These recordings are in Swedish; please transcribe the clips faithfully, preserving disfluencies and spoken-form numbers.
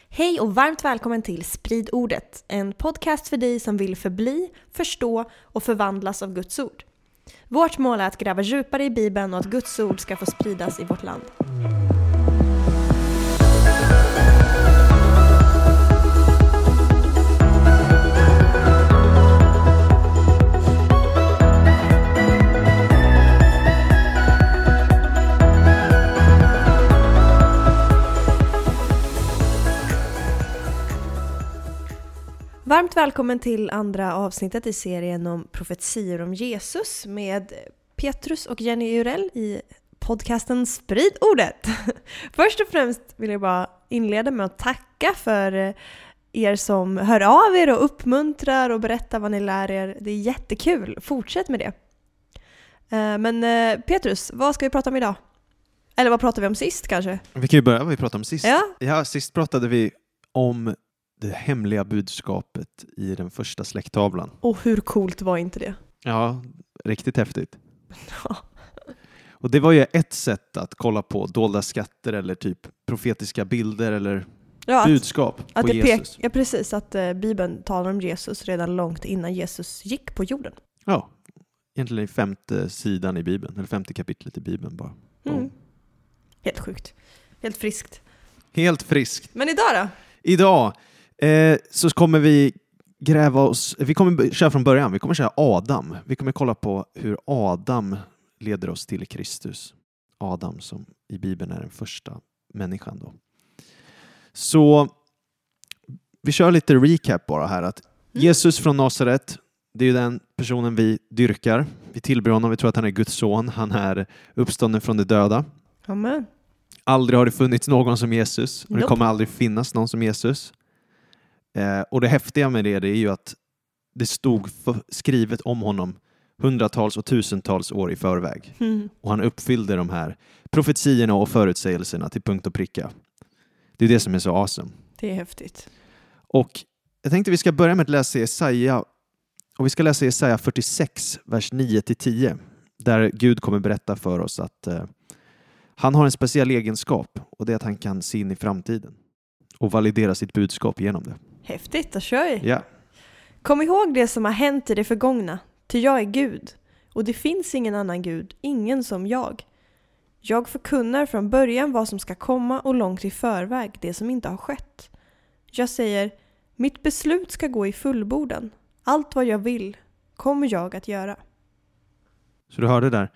Hej och varmt välkommen till Sprid ordet, en podcast för dig som vill förbli, förstå och förvandlas av Guds ord. Vårt mål är att gräva djupare i Bibeln och att Guds ord ska få spridas i vårt land. Varmt välkommen till andra avsnittet i serien om profetier om Jesus med Petrus och Jenny Urell i podcasten Sprid ordet. Först och främst vill jag bara inleda med att tacka för er som hör av er och uppmuntrar och berättar vad ni lär er. Det är jättekul. Fortsätt med det. Men Petrus, vad ska vi prata om idag? Eller vad pratade vi om sist kanske? Vi kan ju börja vad vi pratade om sist. Ja, ja sist pratade vi om det hemliga budskapet i den första släkttavlan. Och hur coolt var inte det? Ja, riktigt häftigt. Ja. Och det var ju ett sätt att kolla på dolda skatter eller typ profetiska bilder eller ja, budskap att, på att Jesus. Pek- ja, precis. Att uh, Bibeln talar om Jesus redan långt innan Jesus gick på jorden. Ja, egentligen i femte sidan i Bibeln. Eller femte kapitlet i Bibeln bara. Mm. Helt sjukt. Helt friskt. Helt friskt. Men idag då? Idag eh, så kommer vi gräva oss... Vi kommer köra från början. Vi kommer köra Adam. Vi kommer kolla på hur Adam leder oss till Kristus. Adam som i Bibeln är den första människan då. Så vi kör lite recap bara här. Att Mm. Jesus från Nasaret, det är ju den personen vi dyrkar. Vi tillber honom, vi tror att han är Guds son. Han är uppstånden från de döda. Amen. Aldrig har det funnits någon som Jesus. Och Nope. det kommer aldrig finnas någon som Jesus. Eh, och det häftiga med det, det är ju att det stod för, skrivet om honom hundratals och tusentals år i förväg. Mm. Och han uppfyllde de här profetierna och förutsägelserna till punkt och pricka. Det är det som är så awesome. Det är häftigt. Och jag tänkte vi ska börja med att läsa Jesaja. Och vi ska läsa Jesaja fyrtiosex, vers nio till tio. Där Gud kommer berätta för oss att eh, han har en speciell egenskap. Och det är att han kan se in i framtiden. Och validera sitt budskap genom det. Häftigt, då kör vi. Ja. Kom ihåg det som har hänt i det förgångna. Ty jag är Gud. Och det finns ingen annan Gud. Ingen som jag. Jag förkunnar från början vad som ska komma och långt i förväg det som inte har skett. Jag säger, mitt beslut ska gå i fullbordan. Allt vad jag vill kommer jag att göra. Så du hörde där.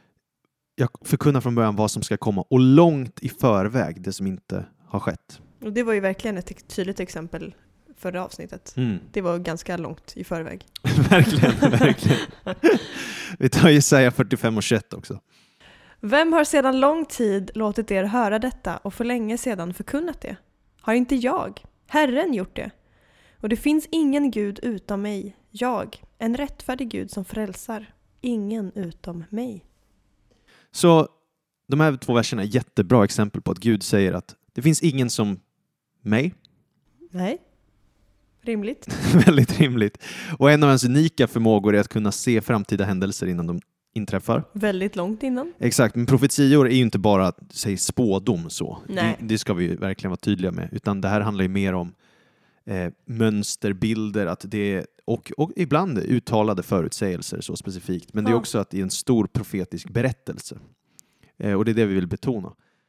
Jag förkunnar från början vad som ska komma. Och långt i förväg det som inte har skett. Och det var ju verkligen ett tydligt exempel förra avsnittet. Mm. Det var ganska långt i förväg. verkligen, verkligen. Vi tar Jesaja fyrtiofem och tjugoett också. Vem har sedan lång tid låtit er höra detta och för länge sedan förkunnat det? Har inte jag, Herren, gjort det? Och det finns ingen Gud utom mig, jag, en rättfärdig Gud som frälsar, ingen utom mig. Så de här två verserna är jättebra exempel på att Gud säger att det finns ingen som mig. Nej, rimligt. Väldigt rimligt. Och en av hans unika förmågor är att kunna se framtida händelser innan de inträffar. Väldigt långt innan. Exakt, men profetior är ju inte bara att säga spådom så. Nej. Det, det ska vi ju verkligen vara tydliga med. Utan det här handlar ju mer om eh, mönsterbilder att det är, och, och ibland uttalade förutsägelser så specifikt. Men det är Ja. också att det är en stor profetisk berättelse. Eh, och det är det vi vill betona.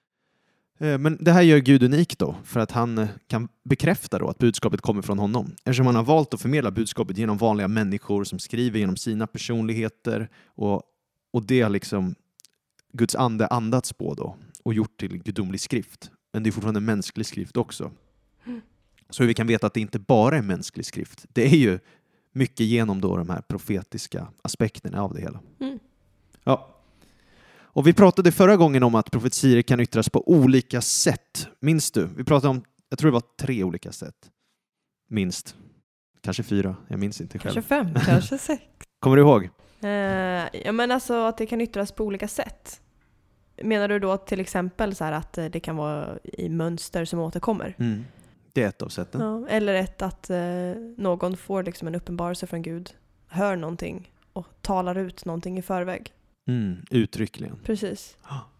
Eh, men det här gör Gud unik då. För att han eh, kan bekräfta då att budskapet kommer från honom. Eftersom han har valt att förmedla budskapet genom vanliga människor som skriver genom sina personligheter. Och, och det har liksom Guds ande andats på då. Och gjort till gudomlig skrift. Men det är fortfarande mänsklig skrift också. Mm. Så vi kan veta att det inte bara är mänsklig skrift. Det är ju mycket genom då de här profetiska aspekterna av det hela. Mm. Ja. Och vi pratade förra gången om att profetier kan yttras på olika sätt. Minns du? Vi pratade om, jag tror det var tre olika sätt. Minst. Kanske fyra. Jag minns inte själv. Kanske fem, kanske sex. Kommer du ihåg? Uh, ja, men alltså att det kan yttras på olika sätt. Menar du då till exempel så här att det kan vara i mönster som återkommer? Mm. Det är ett av sätten. Ja, eller ett att eh, någon får liksom en uppenbarelse från Gud, hör någonting och talar ut någonting i förväg. Mm. Uttryckligen. Precis.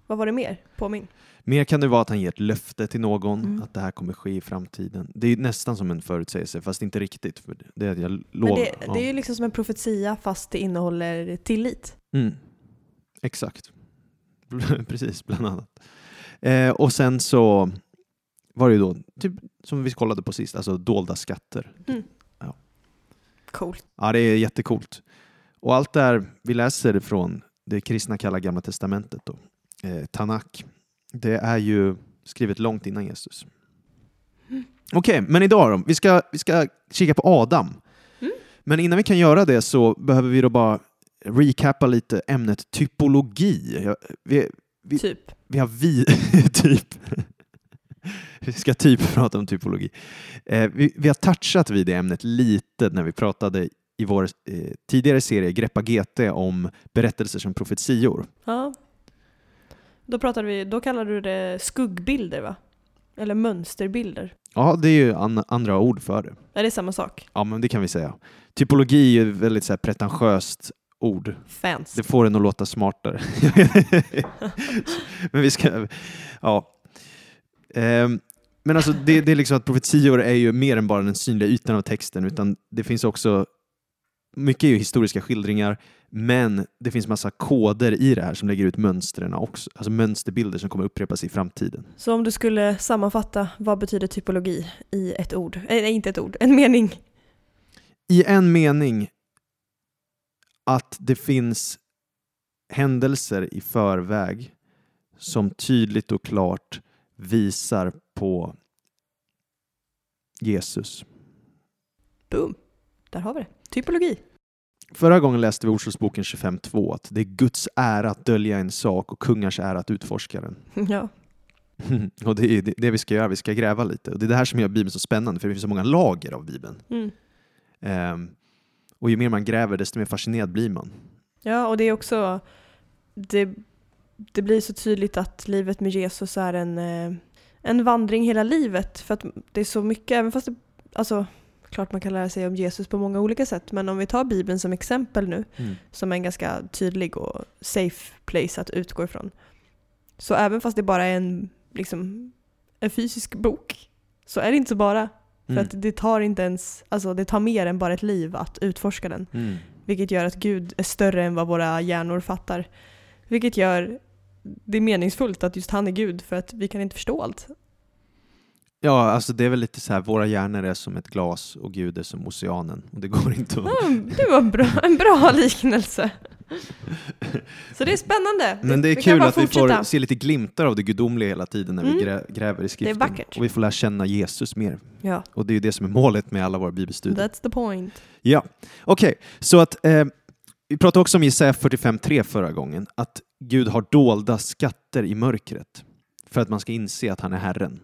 Vad var det mer? Påminn. Mer kan det vara att han ger ett löfte till någon Mm. att det här kommer ske i framtiden. Det är nästan som en förutsägelse, fast inte riktigt. För det är att jag Men lovar. det, Ja. det är ju liksom som en profetia fast det innehåller tillit. Mm. Exakt. Precis, bland annat. Eh, och sen så var det ju då, typ, som vi kollade på sist, alltså dolda skatter. Mm. Ja. Coolt. Ja, det är jättekult. Och allt där vi läser från det kristna kallar Gamla testamentet då, eh, Tanakh, det är ju skrivet långt innan Jesus. Mm. Okej, okay, men idag då, vi ska, vi ska kika på Adam. Mm. Men innan vi kan göra det så behöver vi då bara recappa lite ämnet typologi. Ja, vi, vi, Typ. vi har vi, typ. Vi ska typ prata om typologi. Eh, vi, vi har touchat vid det ämnet lite när vi pratade i vår eh, tidigare serie Greppa G T om berättelser som profetior. Ja. Då pratade vi, då kallade du det skuggbilder, va? Eller mönsterbilder. Ja, det är ju an- andra ord för det. Är det samma sak? Ja, men det kan vi säga. Typologi är ett väldigt så här pretentiöst ord. Fans. Det får en att låta smartare. Men vi ska... Ja. Ehm, men alltså det, det är liksom att profetior är ju mer än bara den synliga ytan av texten, utan det finns också mycket är ju historiska skildringar, men det finns massa koder i det här som lägger ut mönstren också. Alltså mönsterbilder som kommer upprepas i framtiden. Så om du skulle sammanfatta, vad betyder typologi i ett ord? Nej, inte ett ord, en mening. I en mening att det finns händelser i förväg som tydligt och klart visar på Jesus. Boom. Där har vi det. Typologi. Förra gången läste vi Ordspråksboken tjugofem två att det är Guds ära att dölja en sak och kungars ära att utforska den. Ja. Och det är det, det vi ska göra, vi ska gräva lite. Och det är det här som gör Bibeln så spännande, för det finns så många lager av Bibeln. Mm. Um, och ju mer man gräver, desto mer fascinerad blir man. Ja, och det är också det, det blir så tydligt att livet med Jesus är en, eh, en vandring hela livet, för att det är så mycket, även fast det, alltså klart man kan lära sig om Jesus på många olika sätt, men om vi tar Bibeln som exempel nu, Mm. som är en ganska tydlig och safe place att utgå ifrån, så även fast det bara är en, liksom, en fysisk bok, så är det inte så bara. För Mm. att det tar inte ens, alltså det tar mer än bara ett liv att utforska den. Mm. Vilket gör att Gud är större än vad våra hjärnor fattar. Vilket gör det meningsfullt att just han är Gud, för att vi kan inte förstå allt. Ja, alltså det är väl lite så här, våra hjärnor är som ett glas och Gud är som oceanen. Och det går inte att... Mm, det var bra, en bra liknelse. Så det är spännande. Men det är vi kan kul bara att vi fortsätta. får se lite glimtar av det gudomliga hela tiden när Mm. vi grä- gräver i skriften. Det är vackert. Och vi får lära känna Jesus mer. Ja, Och det är ju det som är målet med alla våra bibelstudier. that's the point. Ja, okej. Okay. Så att eh, vi pratade också om Jesaja fyrtiofem tre förra gången. Att Gud har dolda skatter i mörkret. För att man ska inse att han är Herren.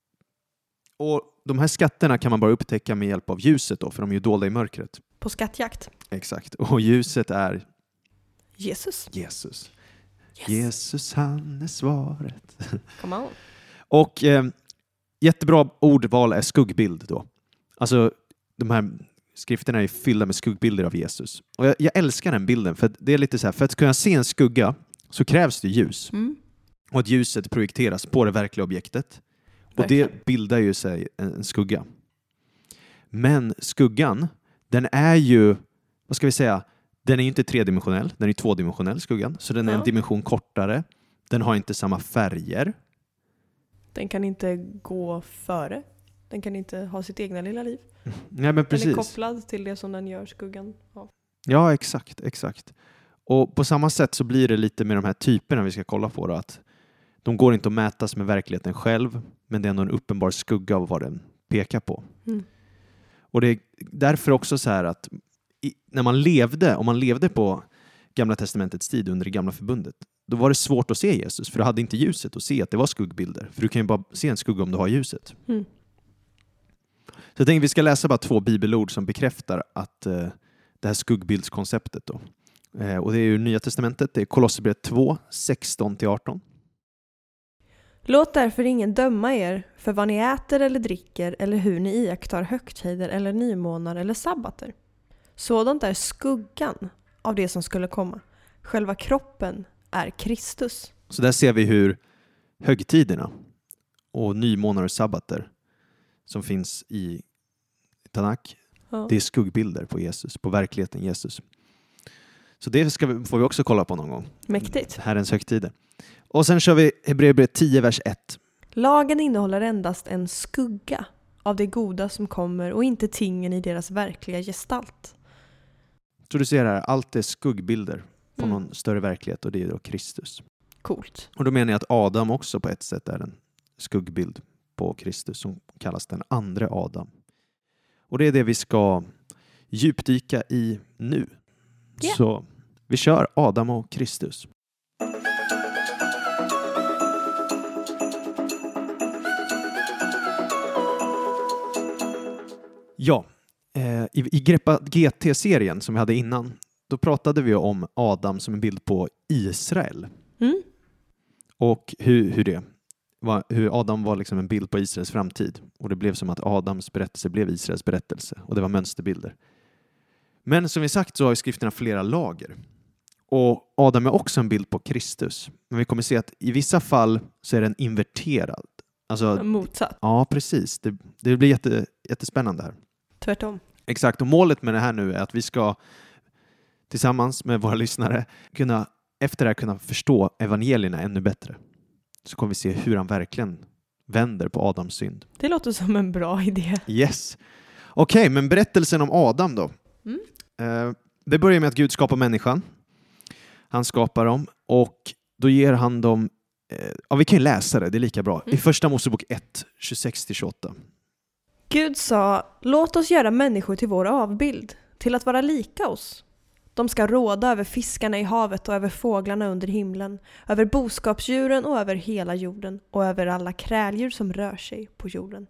Och de här skatterna kan man bara upptäcka med hjälp av ljuset då, för de är ju dolda i mörkret. På skattjakt. Exakt. Och ljuset är Jesus. Jesus. Yes. Jesus, han är svaret. Come on. Och eh, jättebra ordval är skuggbild då. Alltså de här skrifterna är fyllda med skuggbilder av Jesus. Och jag, jag älskar den bilden, för det är lite så här, för att kunna se en skugga så krävs det ljus. Mm. Och att ljuset projekteras på det verkliga objektet. Och Verkligen. det bildar ju sig en, en skugga. Men skuggan, den är ju, vad ska vi säga, den är ju inte tredimensionell, den är tvådimensionell skuggan. Så den är Ja. en dimension kortare. Den har inte samma färger. Den kan inte gå före. Den kan inte ha sitt egna lilla liv. Nej, men precis. Den är kopplad till det som den gör skuggan av. Ja, exakt, exakt. Och på samma sätt så blir det lite med de här typerna vi ska kolla på då, att de går inte att mätas med verkligheten själv, men det är ändå en uppenbar skugga av vad den pekar på. Mm. Och det är därför också så här att i, när man levde, om man levde på Gamla testamentets tid under det gamla förbundet, då var det svårt att se Jesus, för du hade inte ljuset att se att det var skuggbilder. För du kan ju bara se en skugga om du har ljuset. Mm. Så jag tänkte vi ska läsa bara två bibelord som bekräftar att eh, det här skuggbildskonceptet då. Eh, och det är ju Nya testamentet, det är Kolosserbrevet två, sexton till arton. Låt därför ingen döma er för vad ni äter eller dricker eller hur ni iakttar högtider eller nymånar eller sabbater. Sådant är skuggan av det som skulle komma. Själva kroppen är Kristus. Så där ser vi hur högtiderna och nymånar och sabbater som finns i Tanakh, Ja. det är skuggbilder på Jesus, på verkligheten Jesus. Så det ska vi, får vi också kolla på någon gång. Mäktigt. Herrens högtider. Och sen kör vi Hebreerbrevet tio, vers ett. Lagen innehåller endast en skugga av det goda som kommer och inte tingen i deras verkliga gestalt. Så du ser här, allt är skuggbilder på Mm. någon större verklighet och det är då Kristus. Coolt. Och då menar jag att Adam också på ett sätt är en skuggbild på Kristus som kallas den andra Adam. Och det är det vi ska djupdyka i nu. Yeah. Så vi kör Adam och Kristus. Ja, eh, i, i Greppa G T-serien som vi hade innan, då pratade vi om Adam som en bild på Israel. Mm. Och hur, hur det var, hur Adam var liksom en bild på Israels framtid. Och det blev som att Adams berättelse blev Israels berättelse. Och det var mönsterbilder. Men som vi sagt så har ju skrifterna flera lager. Och Adam är också en bild på Kristus. Men vi kommer se att i vissa fall så är den inverterad. Alltså, Motsatt. ja, precis. Det, det blir jätte, jättespännande här. Tvärtom. Exakt, och målet med det här nu är att vi ska tillsammans med våra lyssnare kunna, efter det här kunna förstå evangelierna ännu bättre. Så kommer vi se hur han verkligen vänder på Adams synd. Det låter som en bra idé. Yes. Okej, okay, men berättelsen om Adam då. Mm. Eh, det börjar med att Gud skapar människan. Han skapar dem och då ger han dem, eh, ja vi kan ju läsa det, det är lika bra. Mm. I första Mosebok ett, tjugosex till tjugoåtta. Gud sa, låt oss göra människor till vår avbild, till att vara lika oss. De ska råda över fiskarna i havet och över fåglarna under himlen, över boskapsdjuren och över hela jorden och över alla kräldjur som rör sig på jorden.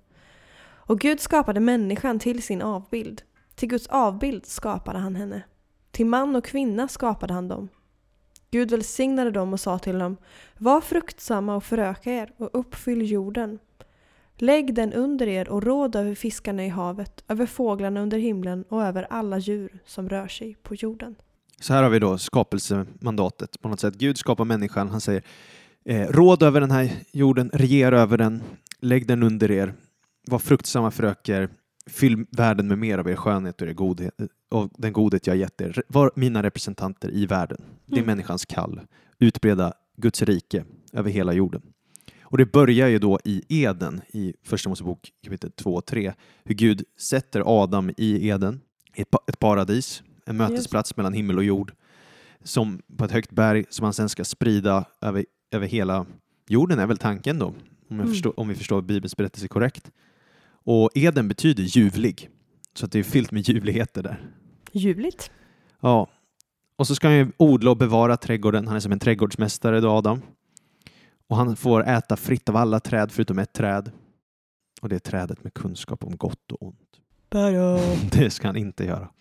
Och Gud skapade människan till sin avbild. Till Guds avbild skapade han henne. Till man och kvinna skapade han dem. Gud välsignade dem och sa till dem, var fruktsamma och föröka er och uppfyll jorden. Lägg den under er och råd över fiskarna i havet, över fåglarna under himlen och över alla djur som rör sig på jorden. Så här har vi då skapelsemandatet. På något sätt, Gud skapar människan. Han säger, eh, råd över den här jorden, regera över den, lägg den under er, var fruktsamma föröker, fyll världen med mer av er skönhet och, er godhet, och den godhet jag gett er. Var mina representanter i världen. Det är Mm. människans kall. Utbreda Guds rike över hela jorden. Och det börjar ju då i Eden, i första Mosebok kapitel två och tre, hur Gud sätter Adam i Eden, ett, pa- ett paradis, en mötesplats mellan himmel och jord, som på ett högt berg som han sen ska sprida över, över hela jorden, är väl tanken då, om, jag Mm. förstår, om vi förstår Bibelns berättelse korrekt. Och Eden betyder ljuvlig, så att det är fyllt med ljuvligheter där. Ljuvligt. Ja, och så ska han ju odla och bevara trädgården, han är som en trädgårdsmästare då, Adam. Och han får äta fritt av alla träd förutom ett träd. Och det är trädet med kunskap om gott och ont. Bara. Det ska han inte göra.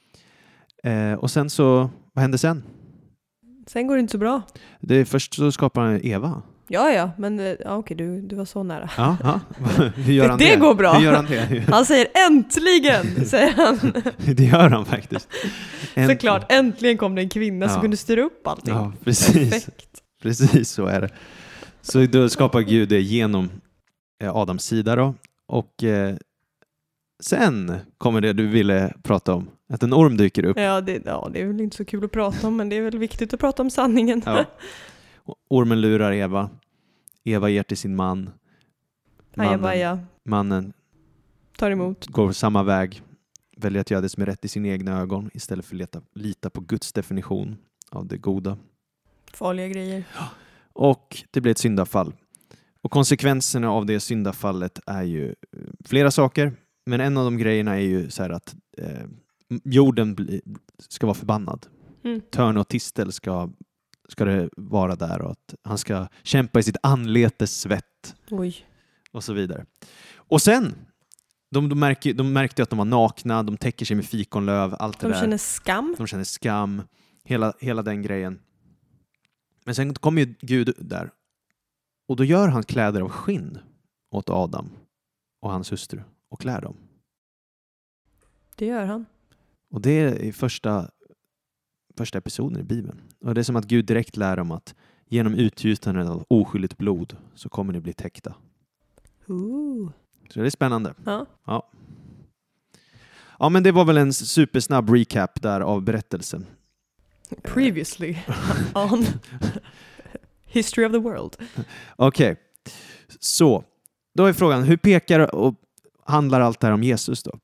Eh, och sen så, vad händer sen? Sen går det inte så bra. Det är, först så skapar han Eva. Ja, ja, men ja, okej, du, du var så nära. Ja, ja. Hur gör han det? Det går bra. Hur gör han det? Han säger äntligen, säger han. Det gör han faktiskt. Äntligen. Såklart, äntligen kom det en kvinna Ja. som kunde styra upp allting. Ja, precis. Perfekt. Precis så är det. Så då skapar Gud det genom eh, Adams sida då. Och eh, sen kommer det du ville prata om. Att en orm dyker upp. Ja det, ja, det är väl inte så kul att prata om, men det är väl viktigt att prata om sanningen. Ja. Ormen lurar Eva. Eva ger till sin man. Ajabaja, Mannen tar emot. går samma väg. Väljer att göra det som är rätt i sina egna ögon. Istället för att leta, lita på Guds definition av det goda. Farliga grejer. Och det blir ett syndafall. Och konsekvenserna av det syndafallet är ju flera saker. Men en av de grejerna är ju så här att eh, jorden bli, ska vara förbannad. Mm. Törn och tistel ska, ska det vara där. Och att han ska kämpa i sitt anletes svett. Oj. Och så vidare. Och sen, de, de, märker, de märkte att de var nakna. De täcker sig med fikonlöv. Allt det De där. känner skam. De känner skam. Hela, hela den grejen. Men sen kommer ju Gud där. Och då gör han kläder av skinn åt Adam och hans hustru och klär dem. Det gör han. Och det är i första, första episoden i Bibeln. Och det är som att Gud direkt lär dem att genom utgjutandet av oskyldigt blod så kommer ni bli täckta. Ooh. Så det är spännande. Ja. Ja. Ja, men det var väl en supersnabb recap där av berättelsen. Previously on History of the World. Okej, okay. Så då är frågan, hur pekar och handlar allt det här om Jesus då?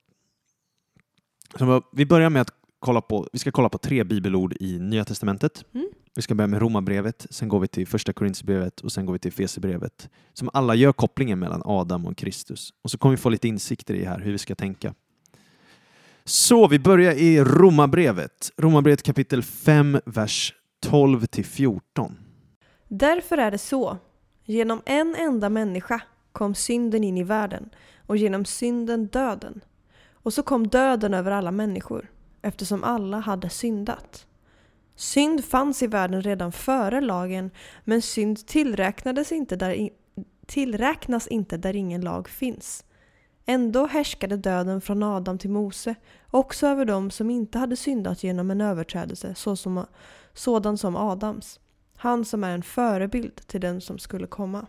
Så vi börjar med att kolla på, vi ska kolla på tre bibelord i Nya Testamentet. Mm. Vi ska börja med Romarbrevet, sen går vi till Första Korinthierbrevet och sen går vi till Efesierbrevet. Som alla gör kopplingen mellan Adam och Kristus. Och så kommer vi få lite insikter i här hur vi ska tänka. Så vi börjar i Romarbrevet. Romarbrevet kapitel fem, vers tolv till fjorton. Därför är det så. Genom en enda människa kom synden in i världen och genom synden döden. Och så kom döden över alla människor eftersom alla hade syndat. Synd fanns i världen redan före lagen, men synd tillräknades inte där i, tillräknas inte där ingen lag finns. Ändå härskade döden från Adam till Mose, också över dem som inte hade syndat genom en överträdelse såsom, sådan som Adams. Han som är en förebild till den som skulle komma.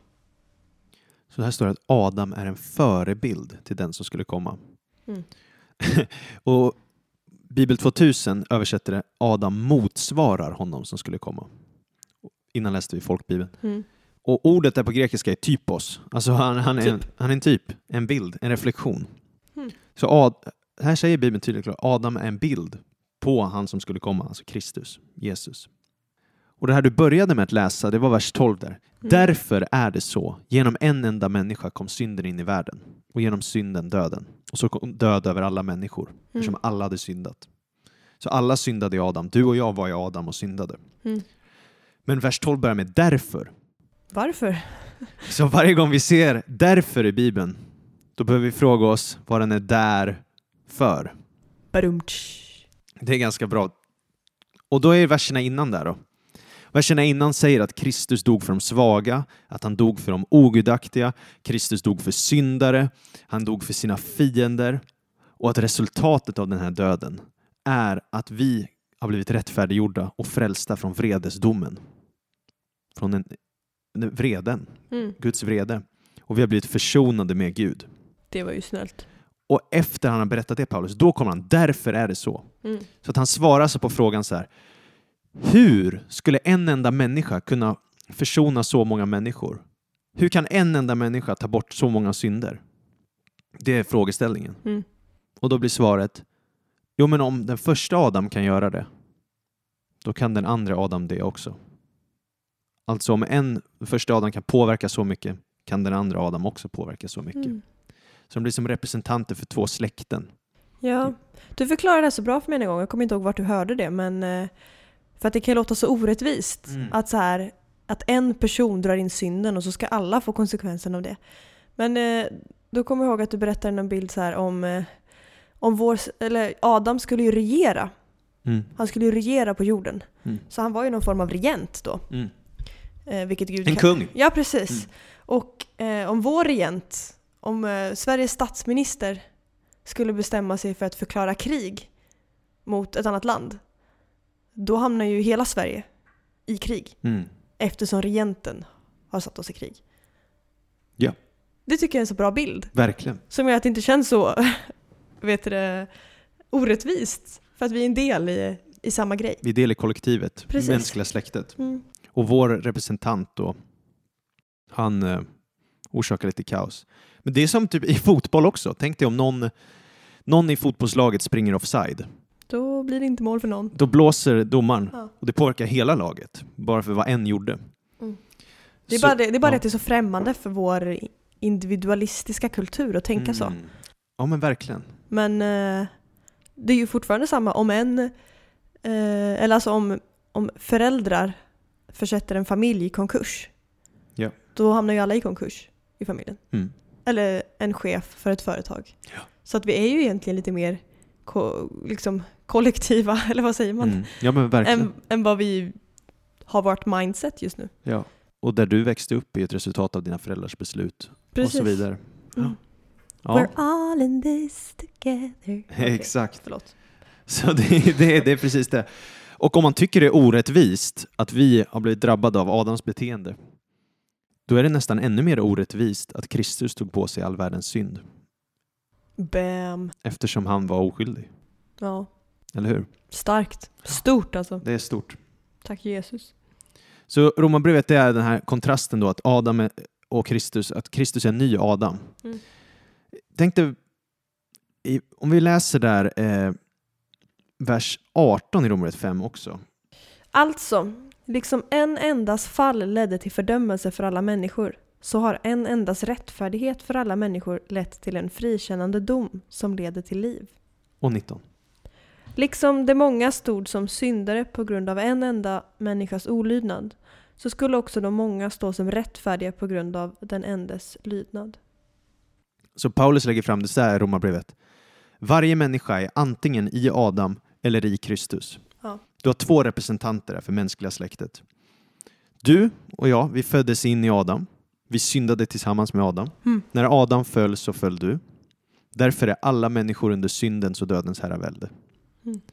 Så här står det att Adam är en förebild till den som skulle komma. Mm. Och Bibel tvåtusen översätter det, Adam motsvarar honom som skulle komma. Innan läste vi folkbibeln. Mm. Och ordet där på grekiska är typos. Alltså han, han, är, typ. en, han är en typ, en bild, en reflektion. Mm. Så Ad, här säger Bibeln tydligt klart, Adam är en bild på han som skulle komma, alltså Kristus, Jesus. Och det här du började med att läsa, det var vers tolv där. Mm. Därför är det så, genom en enda människa kom synden in i världen. Och genom synden döden. Och så kom död över alla människor. Mm. Eftersom alla hade syndat. Så alla syndade i Adam. Du och jag var i Adam och syndade. Mm. Men vers tolv börjar med därför. Varför? Så varje gång vi ser därför i Bibeln, då behöver vi fråga oss vad den är där för. Badumtsch. Det är ganska bra. Och då är verserna innan där då. Verserna innan säger att Kristus dog för de svaga, att han dog för de ogudaktiga, Kristus dog för syndare, han dog för sina fiender och att resultatet av den här döden är att vi har blivit rättfärdiggjorda och frälsta från vredesdomen. Från den, den vreden, mm. Guds vrede. Och vi har blivit försonade med Gud. Det var ju snällt. Och efter han har berättat det, Paulus, då kommer han, därför är det så. Mm. Så att han svarar så på frågan så här, hur skulle en enda människa kunna försona så många människor? Hur kan en enda människa ta bort så många synder? Det är frågeställningen. Mm. Och då blir svaret, jo men om den första Adam kan göra det, då kan den andra Adam det också. Alltså om en första Adam kan påverka så mycket, kan den andra Adam också påverka så mycket. Mm. Så de blir som representanter för två släkten. Ja, du förklarade det så bra för mig en gång. Jag kommer inte ihåg vart du hörde det, men för att det kan låta så orättvist mm. att så här, att en person drar in synden och så ska alla få konsekvensen av det. Men eh, då kommer jag ihåg att du berättade en bild så här om eh, om vår, eller Adam skulle ju regera. Mm. Han skulle ju regera på jorden. Mm. Så han var ju någon form av regent då. Mm. Eh, vilket Gud en kan... kung. Ja, precis. Mm. Och eh, om vår regent, om eh, Sveriges statsminister skulle bestämma sig för att förklara krig mot ett annat land, då hamnar ju hela Sverige i krig. Mm. Eftersom regenten har satt oss i krig. Ja. Det tycker jag är en så bra bild. Verkligen. Som gör att det inte känns så vet du, orättvist. För att vi är en del i, i samma grej. Vi är del i kollektivet. Precis. Mänskliga släktet. Mm. Och vår representant då, han eh, orsakar lite kaos. Men det är som typ i fotboll också. Tänk dig om någon, någon i fotbollslaget springer offside. Då blir det inte mål för någon. Då blåser domaren. Ja. Och det påverkar hela laget. Bara för vad en gjorde. Mm. Det är så, bara, det, det är bara ja. att det är så främmande för vår individualistiska kultur att tänka mm. så. Ja, men verkligen. Men eh, det är ju fortfarande samma. Om en eh, eller alltså om, om föräldrar försätter en familj i konkurs. Ja. Då hamnar ju alla i konkurs i familjen. Mm. Eller en chef för ett företag. Ja. Så att vi är ju egentligen lite mer ko- liksom kollektiva, eller vad säger man? Mm. Ja, men verkligen. Än, än vad vi har vårt mindset just nu. Ja, och där du växte upp är ett resultat av dina föräldrars beslut. Precis. Och så vidare. Ja. Mm. Ja. We're all in this together. Okay. Exakt. Förlåt. Så det, det, det är precis det. Och om man tycker det är orättvist att vi har blivit drabbade av Adams beteende, då är det nästan ännu mer orättvist att Kristus tog på sig all världens synd. Bam. Eftersom han var oskyldig. Ja. Eller hur? Starkt. Stort alltså. Det är stort. Tack Jesus. Så Romarbrevet är den här kontrasten då att Adam och Kristus, att Kristus är en ny Adam. Mm. Tänk dig, om vi läser där eh, vers arton i Romarbrevet fem också. Alltså, liksom en endas fall ledde till fördömelse för alla människor, så har en endas rättfärdighet för alla människor lett till en frikännande dom som leder till liv. Och nitton. Liksom de många stod som syndare på grund av en enda människas olydnad, så skulle också de många stå som rättfärdiga på grund av den endes lydnad. Så Paulus lägger fram det så här i Romarbrevet. Varje människa är antingen i Adam eller i Kristus. Ja. Du har två representanter här för mänskliga släktet. Du och jag, vi föddes in i Adam. Vi syndade tillsammans med Adam. Mm. När Adam föll så föll du. Därför är alla människor under syndens och dödens herravälde. Mm.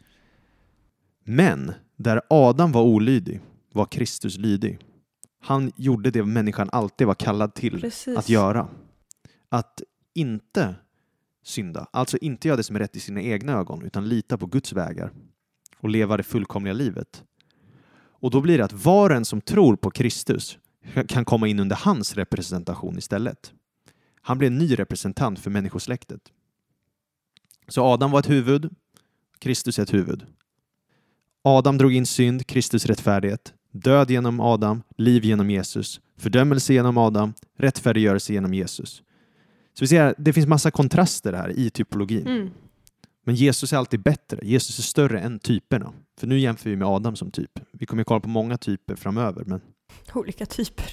Men där Adam var olydig var Kristus lydig. Han gjorde det människan alltid var kallad till Precis. att göra. Att inte synda. Alltså inte göra det som är rätt i sina egna ögon, utan lita på Guds vägar och leva det fullkomliga livet. Och då blir det att var och en som tror på Kristus kan komma in under hans representation istället. Han blir en ny representant för människosläktet. Så Adam var ett huvud, Kristus är ett huvud. Adam drog in synd, Kristus rättfärdighet. Död genom Adam, liv genom Jesus. Fördömelse genom Adam, rättfärdiggörelse genom Jesus. Så vi ser, det finns massa kontraster här i typologin. Mm. Men Jesus är alltid bättre. Jesus är större än typerna. För nu jämför vi med Adam som typ. Vi kommer att kolla på många typer framöver. Men... Olika typer.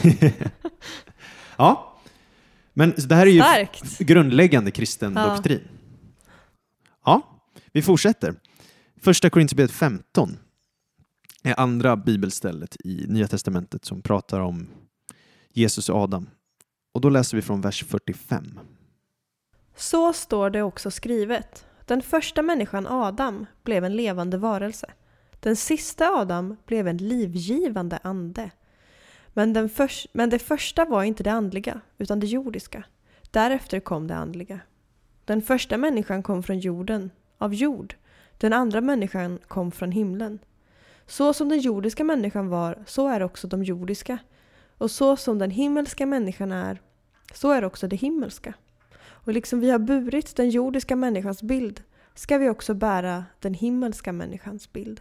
Ja. Men det här är ju Starkt. grundläggande kristen Ja. doktrin. Ja, vi fortsätter. Första Korinthierbrevet femton är andra bibelstället i Nya testamentet som pratar om Jesus och Adam. Och då läser vi från vers fyrtiofem. Så står det också skrivet. Den första människan Adam blev en levande varelse. Den sista Adam blev en livgivande ande. Men, den för, men det första var inte det andliga, utan det jordiska. Därefter kom det andliga. Den första människan kom från jorden, av jord. Den andra människan kom från himlen. Så som den jordiska människan var, så är också de jordiska. Och så som den himmelska människan är, så är också det himmelska. Och liksom vi har burit den jordiska människans bild, ska vi också bära den himmelska människans bild.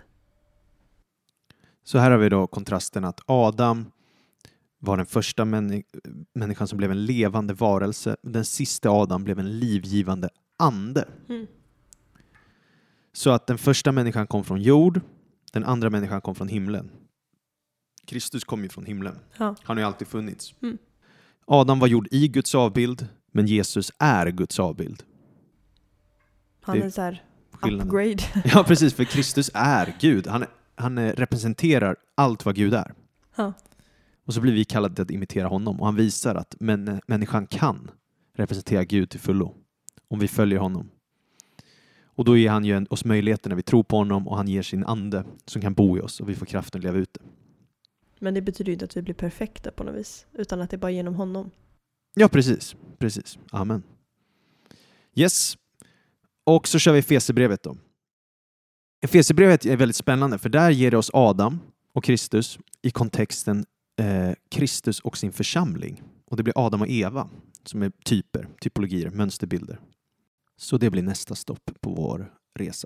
Så här har vi då kontrasten att Adam var den första männi- människan som blev en levande varelse. Den sista Adam blev en livgivande ande. Mm. Så att den första människan kom från jord, den andra människan kom från himlen. Kristus kom ju från himlen. Ja. Han har ju alltid funnits. Mm. Adam var gjord i Guds avbild, men Jesus är Guds avbild. Han Det- är så här Skillnaden. upgrade. Ja, precis, för Kristus är Gud. Han, han eh, representerar allt vad Gud är. Ja. Och så blir vi kallade till att imitera honom. Och han visar att män, människan kan representera Gud till fullo. Om vi följer honom. Och då ger han ju en, oss möjligheter när vi tror på honom. Och han ger sin ande som kan bo i oss. Och vi får kraften att leva ut det. Men det betyder ju inte att vi blir perfekta på något vis. Utan att det är bara genom honom. Ja, precis. Precis. Amen. Yes. Och så kör vi Efesierbrevet då. Efesierbrevet är väldigt spännande. För där ger det oss Adam och Kristus i kontexten eh, Kristus och sin församling. Och det blir Adam och Eva som är typer, typologier, mönsterbilder. Så det blir nästa stopp på vår resa.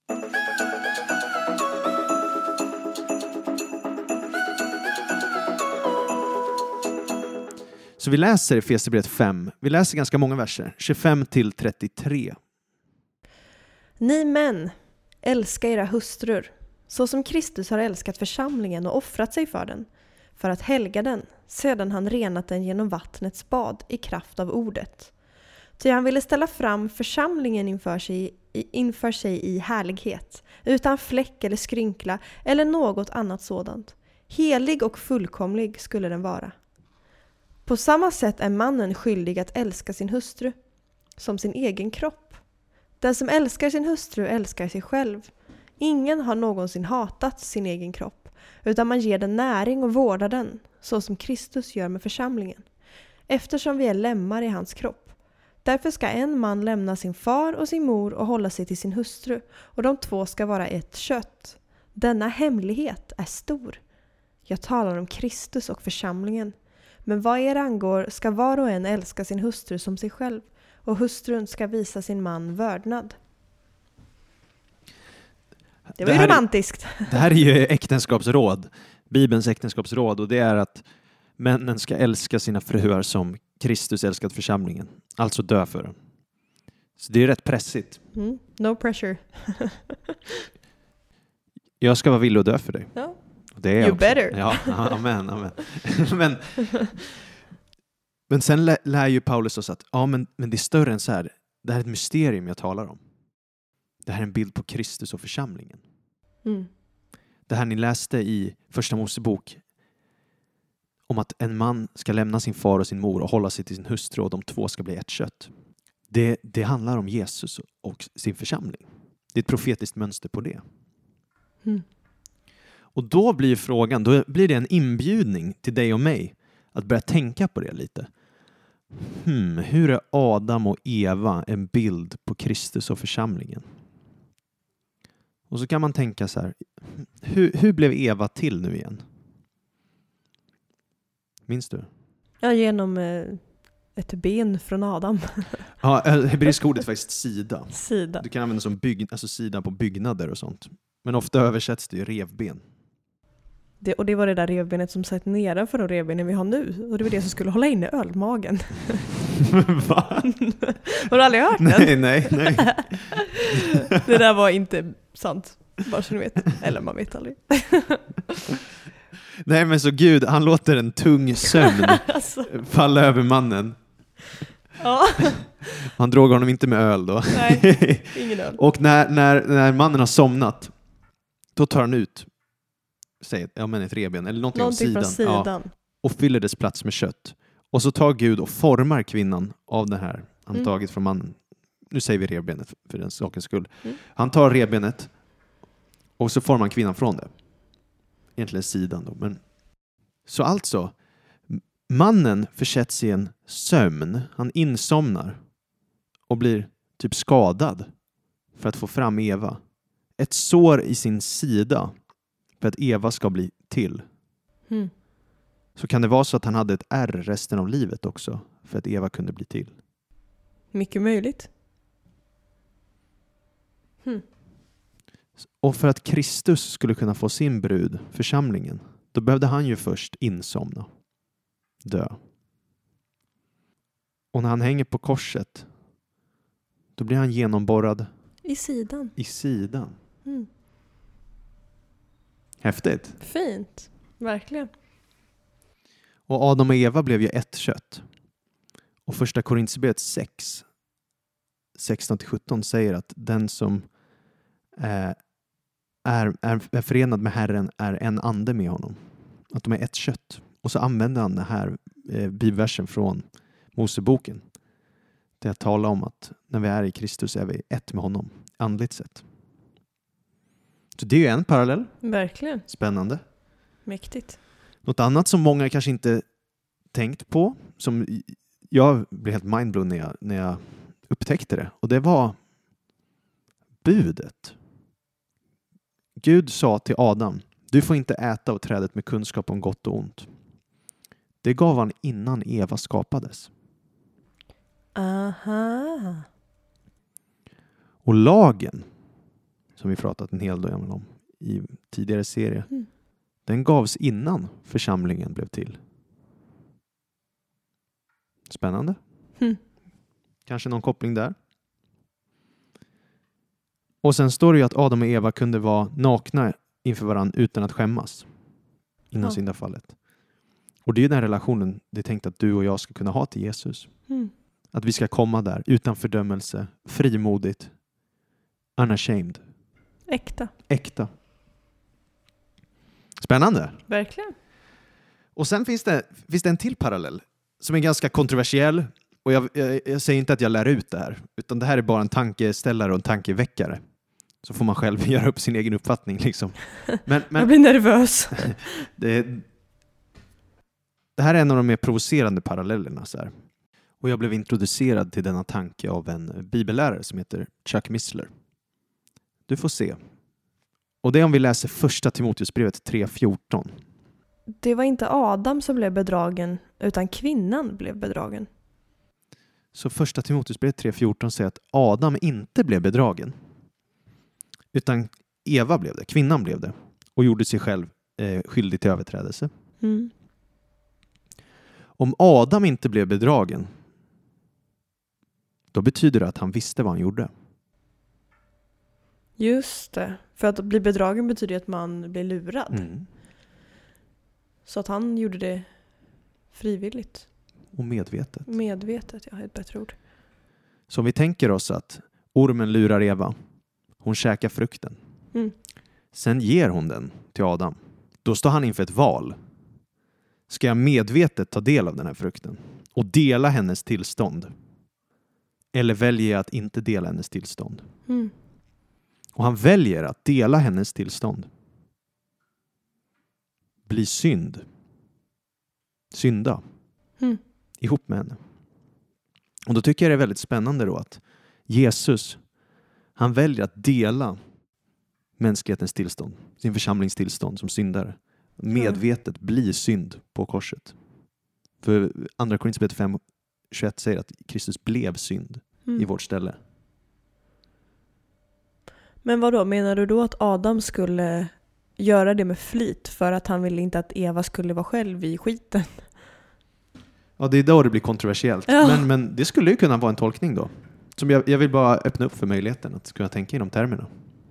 Så vi läser Efesierbrevet fem. Vi läser ganska många verser. tjugofem till trettiotre. Ni män, älska era hustrur, så som Kristus har älskat församlingen och offrat sig för den, för att helga den, sedan han renat den genom vattnets bad i kraft av ordet. Ty han ville ställa fram församlingen inför sig, inför sig i härlighet, utan fläck eller skrynkla eller något annat sådant. Helig och fullkomlig skulle den vara. På samma sätt är mannen skyldig att älska sin hustru som sin egen kropp. Den som älskar sin hustru älskar sig själv. Ingen har någonsin hatat sin egen kropp, utan man ger den näring och vårdar den, så som Kristus gör med församlingen, eftersom vi är lemmar i hans kropp. Därför ska en man lämna sin far och sin mor och hålla sig till sin hustru, och de två ska vara ett kött. Denna hemlighet är stor. Jag talar om Kristus och församlingen. Men vad er angår ska var och en älska sin hustru som sig själv, och hustrun ska visa sin man vördnad. Det var Det ju här- romantiskt. Det här är ju äktenskapsråd, Bibelns äktenskapsråd, och det är att männen ska älska sina fruar som Kristus älskat församlingen, alltså dö för dem. Så det är rätt pressigt. Mm, no pressure. Jag ska vara villig att dö för dig. Ja. Och det är jag You också. better. Ja, amen, amen. men, men sen lä- lär ju Paulus oss att ja, men, men det är större än så här. Det här är ett mysterium jag talar om. Det här är en bild på Kristus och församlingen. Mm. Det här ni läste i Första Mosebok om att en man ska lämna sin far och sin mor och hålla sig till sin hustru och de två ska bli ett kött. Det, det handlar om Jesus och sin församling. Det är ett profetiskt mönster på det. Mm. Och då blir frågan, då blir det en inbjudning till dig och mig att börja tänka på det lite. Hmm, hur är Adam och Eva en bild på Kristus och församlingen? Och så kan man tänka så här, hur, hur blev Eva till nu igen? Minns du? Ja, genom eh, ett ben från Adam. Ja, hebreiska ordet är faktiskt sida. Sida. Du kan använda som bygg, alltså sida på byggnader och sånt. Men ofta översätts det ju revben. Det, och det var det där revbenet som satt nedanför de revbenen vi har nu. Och det var det som skulle hålla inne ölmagen. Va? Har du aldrig hört den? Nej, nej, nej. Det där var inte sant. Bara så ni vet. Eller man vet aldrig. Nej, men så Gud, han låter en tung sömn Alltså, falla över mannen. ja. Han drogar honom inte med öl då. Nej, ingen öl. Och när, när, när mannen har somnat, då tar han ut säg, ja, men ett revben eller någonting, Någonting av från sidan, sidan. Ja, och fyller dess plats med kött. Och så tar Gud och formar kvinnan av det här han Mm. tagit från mannen. Nu säger vi revbenet för den sakens skull. Mm. Han tar revbenet och så formar han kvinnan från det. Egentligen sidan då. Men... Så alltså, mannen försätts i en sömn. Han insomnar och blir typ skadad för att få fram Eva. Ett sår i sin sida för att Eva ska bli till. Mm. Så kan det vara så att han hade ett ärr resten av livet också för att Eva kunde bli till. Mycket möjligt. Hmm. Och för att Kristus skulle kunna få sin brud, församlingen, då behövde han ju först insomna, dö. Och när han hänger på korset, då blir han genomborrad I sidan. i sidan. Mm. Häftigt. Fint. Verkligen. Och Adam och Eva blev ju ett kött. Och första Korinthierbrevet sex, sexton till sjutton säger att den som eh, är, är, är förenad med Herren är en ande med honom. Att de är ett kött. Och så använder han den här eh, bibelversen från Moseboken. Det att tala om att när vi är i Kristus är vi ett med honom. Andligt sett. Så det är ju en parallell. Verkligen. Spännande. Mäktigt. Något annat som många kanske inte tänkt på, som jag blev helt mindblown när jag, när jag upptäckte det. Och det var budet. Gud sa till Adam, du får inte äta av trädet med kunskap om gott och ont. Det gav han innan Eva skapades. Aha. Och lagen, som vi pratat en hel del om i tidigare serier, Mm. den gavs innan församlingen blev till. Spännande. Mm. Kanske någon koppling där. Och sen står det ju att Adam och Eva kunde vara nakna inför varandra utan att skämmas. Innan Ja. syndafallet. Och det är ju den relationen det är tänkt att du och jag ska kunna ha till Jesus. Mm. Att vi ska komma där utan fördömelse, frimodigt, unashamed, Äkta. äkta. Spännande. Verkligen. Och sen finns det, finns det en till parallell som är ganska kontroversiell. Och jag, jag, jag säger inte att jag lär ut det här. Utan det här är bara en tankeställare och en tankeväckare. Så får man själv göra upp sin egen uppfattning. Liksom. Men, men, jag blir nervös. det, det här är en av de mer provocerande parallellerna. Så här. Och jag blev introducerad till denna tanke av en bibellärare som heter Chuck Missler. Du får se. Och det är om vi läser första Timoteusbrevet tre fjorton. Det var inte Adam som blev bedragen, utan kvinnan blev bedragen. Så första Timoteusbrevet tre fjorton säger att Adam inte blev bedragen. Utan Eva blev det, kvinnan blev det. Och gjorde sig själv eh, skyldig till överträdelse. Mm. Om Adam inte blev bedragen, då betyder det att han visste vad han gjorde. Just det. För att bli bedragen betyder att man blir lurad. Mm. Så att han gjorde det frivilligt. Och medvetet. Medvetet, ja, ett bättre ord. Så om vi tänker oss att ormen lurar Eva. Hon käkar frukten. Mm. Sen ger hon den till Adam. Då står han inför ett val. Ska jag medvetet ta del av den här frukten? Och dela hennes tillstånd? Eller väljer jag att inte dela hennes tillstånd? Mm. Och han väljer att dela hennes tillstånd. Bli synd. Synda. Mm. Ihop med henne. Och då tycker jag det är väldigt spännande då att Jesus, han väljer att dela mänsklighetens tillstånd, sin församlingstillstånd som syndare. Medvetet bli synd på korset. För andra Korinthierbrevet fem tjugoett säger att Kristus blev synd Mm. i vårt ställe. Men vad då? Menar du då att Adam skulle göra det med flit för att han ville inte att Eva skulle vara själv i skiten? Ja, det är då det blir kontroversiellt. Ja. Men, men det skulle ju kunna vara en tolkning då. Som jag, jag vill bara öppna upp för möjligheten att kunna tänka i de termerna.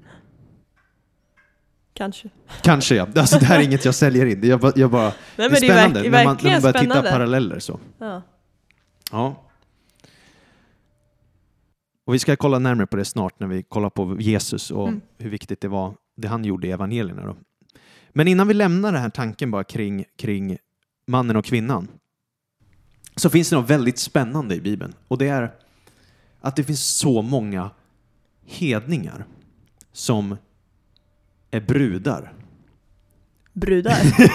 Kanske. Kanske ja. Alltså, det här är inget jag säljer in. Jag, bara- jag bara, Nej, det är men spännande det är, verk- när man, när verkligen man börjar spännande. titta paralleller så. Ja. Ja. Och vi ska kolla närmare på det snart när vi kollar på Jesus och Mm. hur viktigt det var det han gjorde i evangelierna då. Men innan vi lämnar den här tanken bara kring, kring mannen och kvinnan så finns det något väldigt spännande i Bibeln. Och det är att det finns så många hedningar som är brudar. Brudar.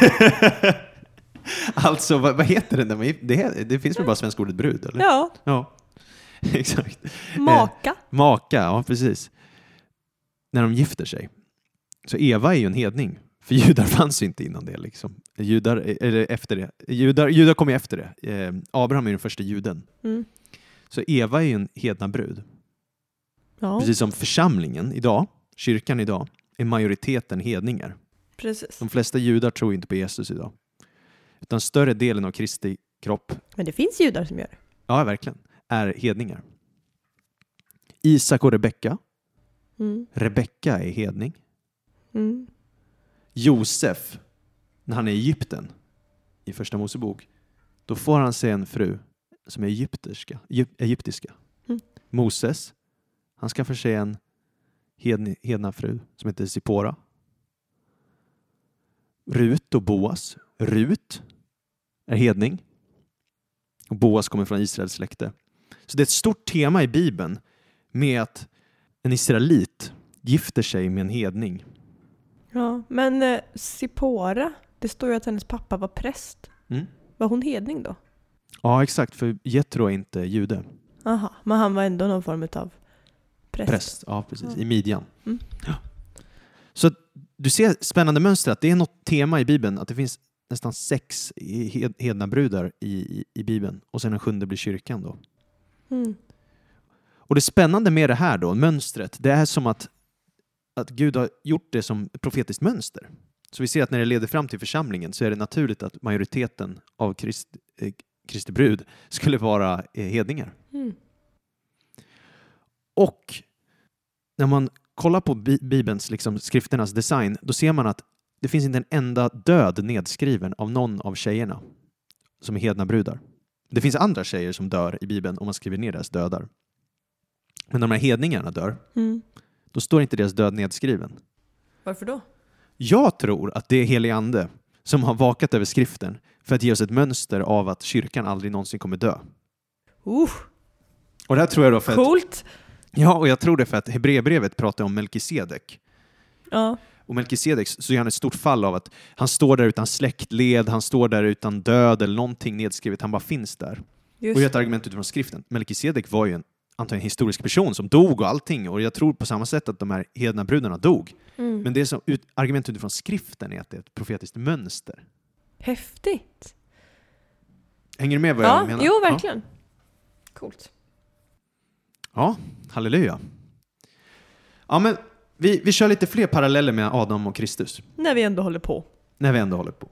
Alltså, vad, vad heter den där? Det, det finns väl bara svenska ordet brud, eller? Ja, Ja, exakt. maka. Eh, maka, ja precis. När de gifter sig. Så Eva är ju en hedning. För judar fanns ju inte innan det. Liksom. Judar, eller efter det. Judar, judar kom ju efter det. Eh, Abraham är den första juden. Mm. Så Eva är ju en hedna brud. Ja, Precis som församlingen idag, kyrkan idag, är majoriteten hedningar. precis. De flesta judar tror inte på Jesus idag. Utan större delen av Kristi kropp, Men det finns judar som gör det. ja verkligen, är hedningar. Isak och Rebecka. Mm. Rebecka är hedning. Mm. Josef, när han är i Egypten i första Mosebok, då får han sig en fru som är egyptiska. Egyp- egyptiska. Mm. Moses, han skaffar sig en hedn, hedna fru som heter Sipora. Rut och Boas. Rut är hedning. Och Boas kommer från Israels släkte. Så det är ett stort tema i Bibeln med att en israelit gifter sig med en hedning. Ja, men eh, Sipora, det står ju att hennes pappa var präst. Mm. Var hon hedning då? Ja, exakt. För Jetro är inte jude. Aha, men han var ändå någon form av präst. Präst, ja precis. Ja. I midjan. Mm. Ja. Så du ser spännande mönster att det är något tema i Bibeln att det finns nästan sex hed- hedna brudar i, i, i Bibeln och sen en sjunde blir kyrkan då. Mm. Och det spännande med det här då, mönstret, det är som att, att Gud har gjort det som profetiskt mönster. Så vi ser att när det leder fram till församlingen så är det naturligt att majoriteten av Krist, eh, Kristi brud skulle vara eh, hedningar. Mm. Och när man kollar på Bi- Bibelns, liksom, skrifternas design, då ser man att det finns inte en enda död nedskriven av någon av tjejerna som är hedna brudar. Det finns andra tjejer som dör i Bibeln om man skriver ner deras dödar. Men när de här hedningarna dör, Mm. då står inte deras död nedskriven. Varför då? Jag tror att det är helig ande som har vakat över skriften för att ge oss ett mönster av att kyrkan aldrig någonsin kommer dö. Uh, Och det här tror jag då för att coolt! Ja, och jag tror det för att Hebreerbrevet pratar om Melkisedek. Ja. Och Melkisedek så är han ett stort fall av att han står där utan släktled, han står där utan död eller någonting nedskrivet, han bara finns där. Just. Och ett argument utifrån skriften. Melkisedek var ju en antagligen historisk person som dog och allting, och jag tror på samma sätt att de här hedna brudarna dog. Mm. Men det som ut, argument utifrån skriften är att det är ett profetiskt mönster. Häftigt. Hänger du med vad Ja, jag menar? jo, verkligen. Ja. Coolt. Ja, halleluja. Ja, men vi, vi kör lite fler paralleller med Adam och Kristus. När vi ändå håller på. När vi ändå håller på.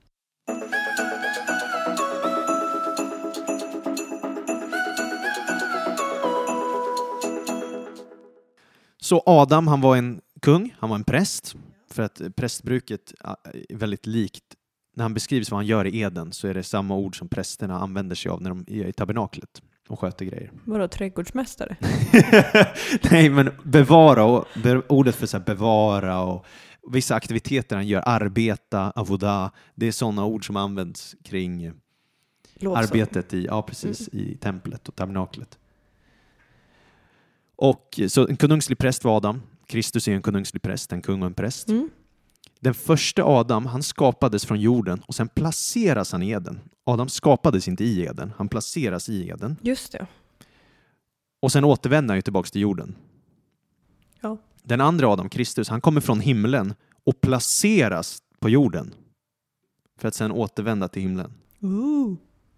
Så Adam, han var en kung, han var en präst. För att prästbruket är väldigt likt. När han beskrivs vad han gör i Eden så är det samma ord som prästerna använder sig av när de är i tabernaklet och sköter grejer. Vadå, trädgårdsmästare? Nej, men bevara, och be, ordet för så här, bevara och vissa aktiviteter han gör, arbeta, avoda, det är sådana ord som används kring Lovsång. Arbetet i, ja, precis, mm. i templet och tabernaklet. Och så en konungslig präst var Adam. Kristus är en konungslig präst, en kung och en präst. Mm. Den första Adam, han skapades från jorden och sen placeras han i Eden. Adam skapades inte i Eden, han placeras i Eden. Just det. Och sen återvänder han ju tillbaka till jorden. Ja. Den andra Adam, Kristus, han kommer från himlen och placeras på jorden för att sen återvända till himlen. Ooh.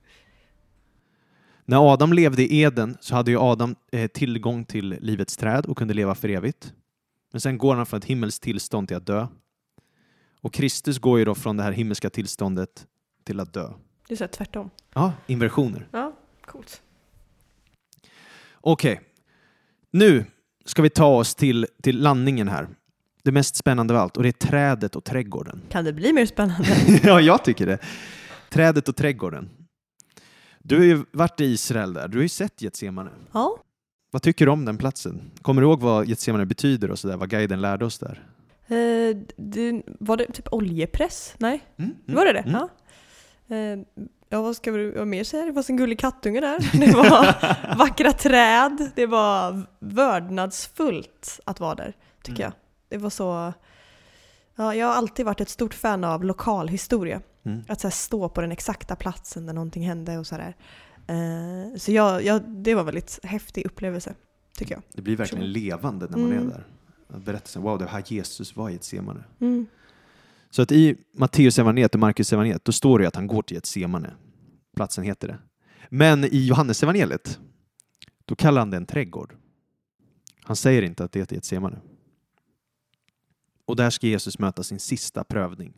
När Adam levde i Eden så hade ju Adam eh, tillgång till livets träd och kunde leva för evigt. Men sen går han från ett himmelskt tillstånd till att dö. Och Kristus går ju då från det här himmelska tillståndet till att dö. Det är så här tvärtom. Ja, inversioner. Ja, coolt. Okej, okay. Nu ska vi ta oss till, till landningen här. Det mest spännande av allt, och det är trädet och trädgården. Kan det bli mer spännande? Ja, jag tycker det. Trädet och trädgården. Du har ju varit i Israel där. Du har ju sett Getsemane. Ja. Vad tycker du om den platsen? Kommer du ihåg vad Getsemane betyder och sådär? Vad guiden lärde oss där? Eh, det, var det typ oljepress? Nej, Mm, mm, var det det? Mm. Ja. Eh, ja, vad ska vi mer säga? Det var en gullig kattunge där. Det var vackra träd. Det var vördnadsfullt att vara där, tycker Mm. jag. Det var så... Ja, jag har alltid varit ett stort fan av lokalhistoria. Mm. Att så här, stå på den exakta platsen där någonting hände och sådär. Eh, så jag, jag, det var en väldigt häftig upplevelse, tycker jag. Det blir verkligen Så. levande när man Mm. är där. Berättelsen, wow, det här Jesus var i Getsemane. Mm. Så att i Matteus evangeliet och Markus evangeliet då står det att han går till Getsemane. Platsen heter det. Men i Johannes evangeliet då kallar han det en trädgård. Han säger inte att det heter Getsemane. Och där ska Jesus möta sin sista prövning.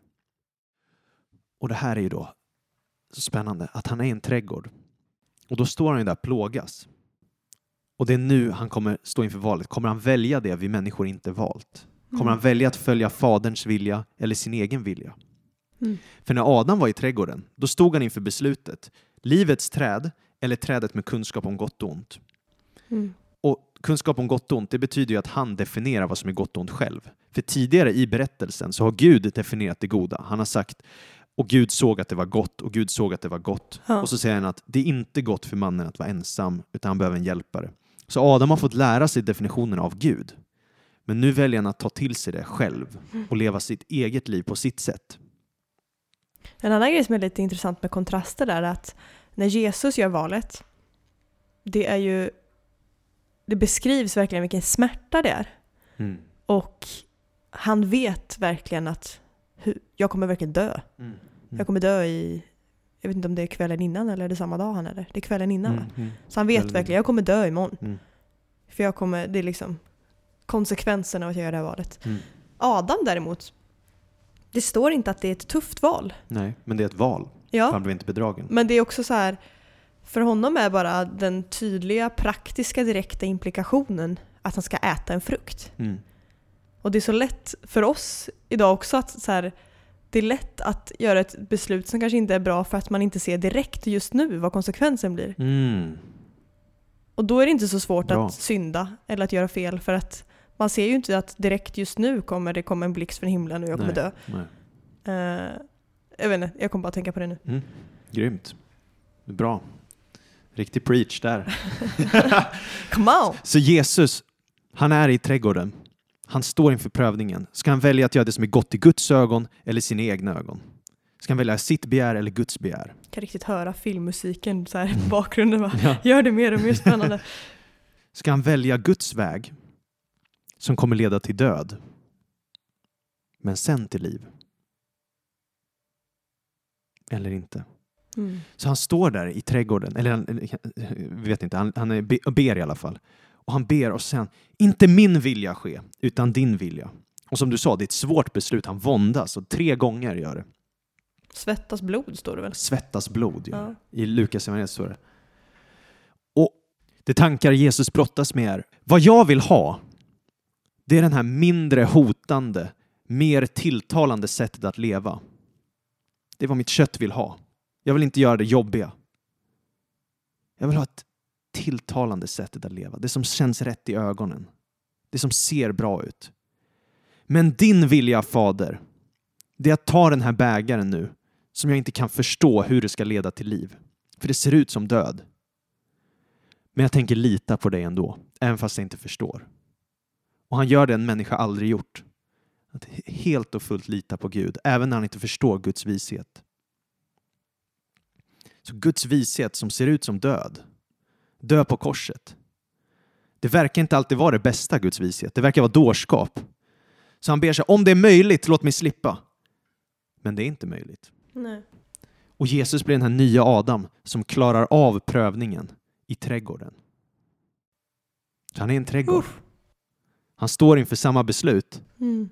Och det här är ju då så spännande att han är i en trädgård. Och då står han ju där plågas. Och det är nu han kommer stå inför valet. Kommer han välja det vi människor inte valt? Kommer Mm. han välja att följa faderns vilja eller sin egen vilja? Mm. För när Adam var i trädgården, då stod han inför beslutet. Livets träd eller trädet med kunskap om gott och ont. Mm. Och kunskap om gott och ont, det betyder ju att han definierar vad som är gott och ont själv. För tidigare i berättelsen så har Gud definierat det goda. Han har sagt, och Gud såg att det var gott och Gud såg att det var gott. Ja. Och så säger han att det är inte gott för mannen att vara ensam utan han behöver en hjälpare. Så Adam har fått lära sig definitionen av Gud. Men nu väljer han att ta till sig det själv och leva sitt eget liv på sitt sätt. En annan grej som är lite intressant med kontraster där är att när Jesus gör valet, det är ju det beskrivs verkligen vilken smärta det är. Mm. Och han vet verkligen att hur, jag kommer verkligen dö. Mm. Mm. Jag kommer dö i, jag vet inte om det är kvällen innan eller är det samma dag han är där. Det är kvällen innan. Mm. Va? Mm. Så han vet Kvällen verkligen, jag kommer dö imorgon. Mm. För jag kommer, det är liksom konsekvenserna av att jag gör det här valet. Mm. Adam däremot, det står inte att det är ett tufft val. Nej, men det är ett val. Ja. Han blir inte bedragen. Men det är också så här, för honom är bara den tydliga, praktiska, direkta implikationen att han ska äta en frukt. Mm. Och det är så lätt för oss idag också att så här, det är lätt att göra ett beslut som kanske inte är bra för att man inte ser direkt just nu vad konsekvensen blir. Mm. Och då är det inte så svårt Bra. att synda eller att göra fel för att man ser ju inte att direkt just nu kommer det komma en blixt från himlen och jag kommer Nej. dö. Nej. Uh, jag vet inte, jag kommer bara tänka på det nu. Mm. Grymt. Bra. Riktig preach där. Come on! Så Jesus, han är i trädgården. Han står inför prövningen. Ska han välja att göra det som är gott i Guds ögon eller sina egna ögon? Ska han välja sitt begär eller Guds begär? Jag kan riktigt höra filmmusiken så här i bakgrunden. Va? Ja. Gör det mer och mer spännande. Ska han välja Guds väg som kommer leda till död, men sen till liv? Eller inte? Mm. Så han står där i trädgården, eller han, vi vet inte, han, han är, ber i alla fall. Och han ber och sen, inte min vilja ske, utan din vilja. Och som du sa, det är ett svårt beslut, han våndas och tre gånger gör det. Svettas blod står det väl? Svettas blod, ja. Ja. I Lukas evangeliet står det. Och det tankar Jesus brottas med är, vad jag vill ha, det är den här mindre hotande, mer tilltalande sättet att leva. Det är vad mitt kött vill ha. Jag vill inte göra det jobbiga. Jag vill ha ett tilltalande sättet att leva. Det som känns rätt i ögonen. Det som ser bra ut. Men din vilja, Fader, det är att ta den här bägaren nu som jag inte kan förstå hur det ska leda till liv. För det ser ut som död. Men jag tänker lita på dig ändå, även fast jag inte förstår. Och han gör det en människa aldrig gjort. Att helt och fullt lita på Gud, även när han inte förstår Guds vishet. Så Guds vishet som ser ut som död, dö på korset. Det verkar inte alltid vara det bästa Guds vishet. Det verkar vara dårskap. Så han ber sig, om det är möjligt, låt mig slippa. Men det är inte möjligt. Nej. Och Jesus blir den här nya Adam som klarar av prövningen i trädgården. Så han är en trädgård. Uff. Han står inför samma beslut. Mm.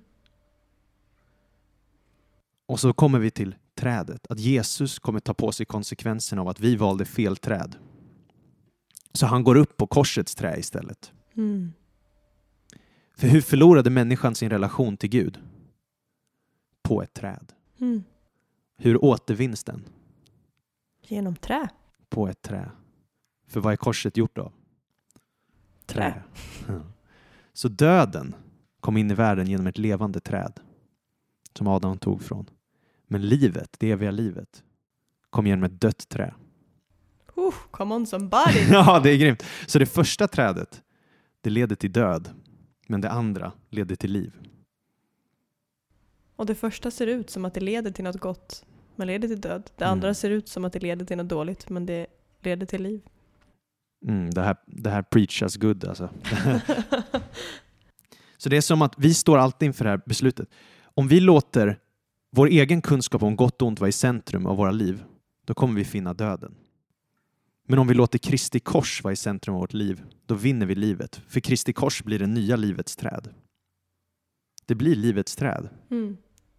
Och så kommer vi till trädet. Att Jesus kommer ta på sig konsekvenserna av att vi valde fel träd. Så han går upp på korsets trä istället. Mm. För hur förlorade människan sin relation till Gud? På ett träd. Mm. Hur återvinns den? Genom trä. På ett trä. För vad är korset gjort av? Trä. Ja. Så döden kom in i världen genom ett levande träd. Som Adam tog från. Men livet, det eviga livet, kom genom ett dött trä. Uh, come on somebody. Ja, det är grymt. Så det första trädet, det leder till död. Men det andra leder till liv. Och det första ser ut som att det leder till något gott, men leder till död. Det Mm. andra ser ut som att det leder till något dåligt, men det leder till liv. Mm, det, här, det här preachas good alltså. Så det är som att vi står alltid inför det här beslutet. Om vi låter vår egen kunskap om gott och ont vara i centrum av våra liv, då kommer vi finna döden. Men om vi låter Kristi kors vara i centrum av vårt liv, då vinner vi livet. För Kristi kors blir det nya livets träd. Det blir livets träd. Mm.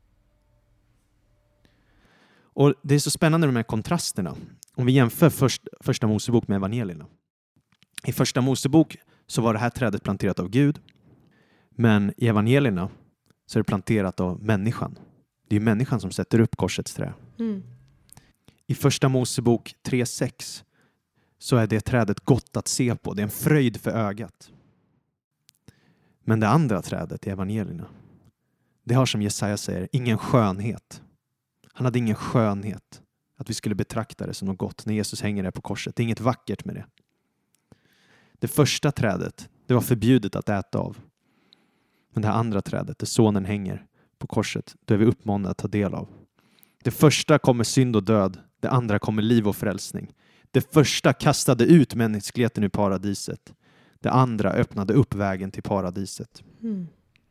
Och det är så spännande med de här kontrasterna. Om vi jämför först, första Mosebok med evangelierna. I första Mosebok så var det här trädet planterat av Gud. Men i evangelierna så är det planterat av människan. Det är människan som sätter upp korsets trä. Mm. I första Mosebok tre sex så är det trädet gott att se på. Det är en fröjd för ögat. Men det andra trädet i evangelierna, det har som Jesaja säger ingen skönhet. Han hade ingen skönhet att vi skulle betrakta det som något gott när Jesus hänger där på korset. Det är inget vackert med det. Det första trädet, det var förbjudet att äta av. Men det här andra trädet, där sonen hänger på korset, då är vi uppmanade att ta del av. Det första kommer synd och död. Det andra kommer liv och frälsning. Det första kastade ut mänskligheten ur paradiset. Det andra öppnade upp vägen till paradiset. Mm.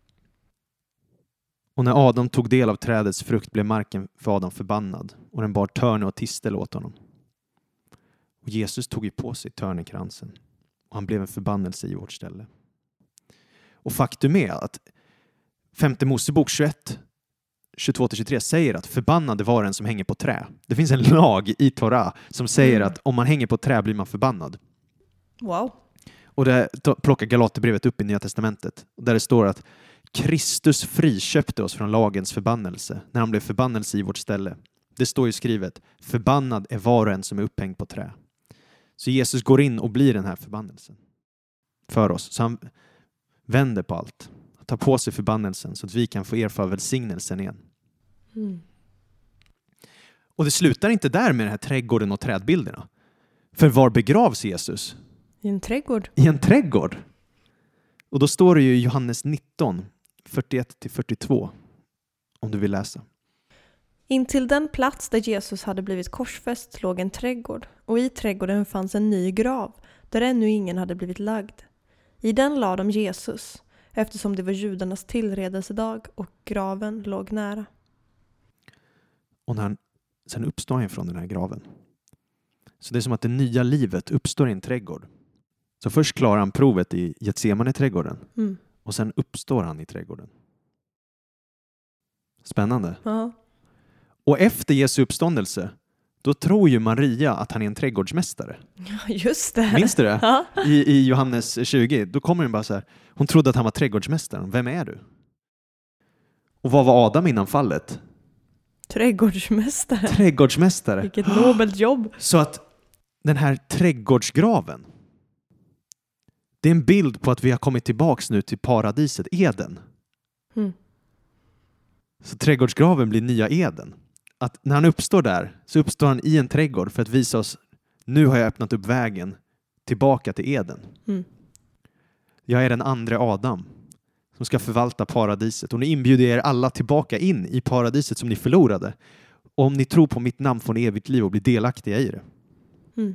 Och när Adam tog del av trädets frukt blev marken för Adam förbannad. Och den bar törne och tistel åt honom. Och Jesus tog ju på sig törnekransen. Och han blev en förbannelse i vårt ställe. Och faktum är att femte Mosebok tjugoett, tjugotvå till tjugotre säger att förbannade var den som hänger på trä. Det finns en lag i Torah som säger Mm. att om man hänger på trä blir man förbannad. Wow. Och det plockar Galaterbrevet upp i Nya testamentet. Där det står att Kristus friköpte oss från lagens förbannelse när han blev förbannelse i vårt ställe. Det står ju skrivet, förbannad är var och en som är upphängd på trä. Så Jesus går in och blir den här förbannelsen för oss. Så han vänder på allt. Tar på sig förbannelsen så att vi kan få erfara välsignelsen igen. Mm. Och det slutar inte där med den här trädgården och trädbilderna. För var begravs Jesus? I en trädgård. I en trädgård. Och då står det ju i Johannes nitton, fyrtioett till fyrtiotvå. Om du vill läsa. Intill den plats där Jesus hade blivit korsfäst låg en trädgård, och i trädgården fanns en ny grav, där ännu ingen hade blivit lagd. I den lade de Jesus, eftersom det var judarnas tillredelsedag och graven låg nära. Och när han, sen uppstår han från den här graven. Så det är som att det nya livet uppstår i en trädgård. Så först klarar han provet i Getsemane-trädgården. Mm. Och sen uppstår han i trädgården. Spännande. Ja. Och efter Jesu uppståndelse, då tror ju Maria att han är en trädgårdsmästare. Ja, just det. Minns du det? Ja. I, I Johannes tjugo, då kommer den bara så här. Hon trodde att han var trädgårdsmästaren. Vem är du? Och vad var Adam innan fallet? Trädgårdsmästare. Trädgårdsmästare. Vilket nobelt jobb. Så att den här trädgårdsgraven, det är en bild på att vi har kommit tillbaks nu till paradiset, Eden. Mm. Så trädgårdsgraven blir nya Eden. Att när han uppstår där så uppstår han i en trädgård för att visa oss, nu har jag öppnat upp vägen tillbaka till Eden. Mm. Jag är den andra Adam som ska förvalta paradiset. Och nu inbjuder er alla tillbaka in i paradiset som ni förlorade. Och om ni tror på mitt namn får ni evigt liv och blir delaktiga i det. Mm.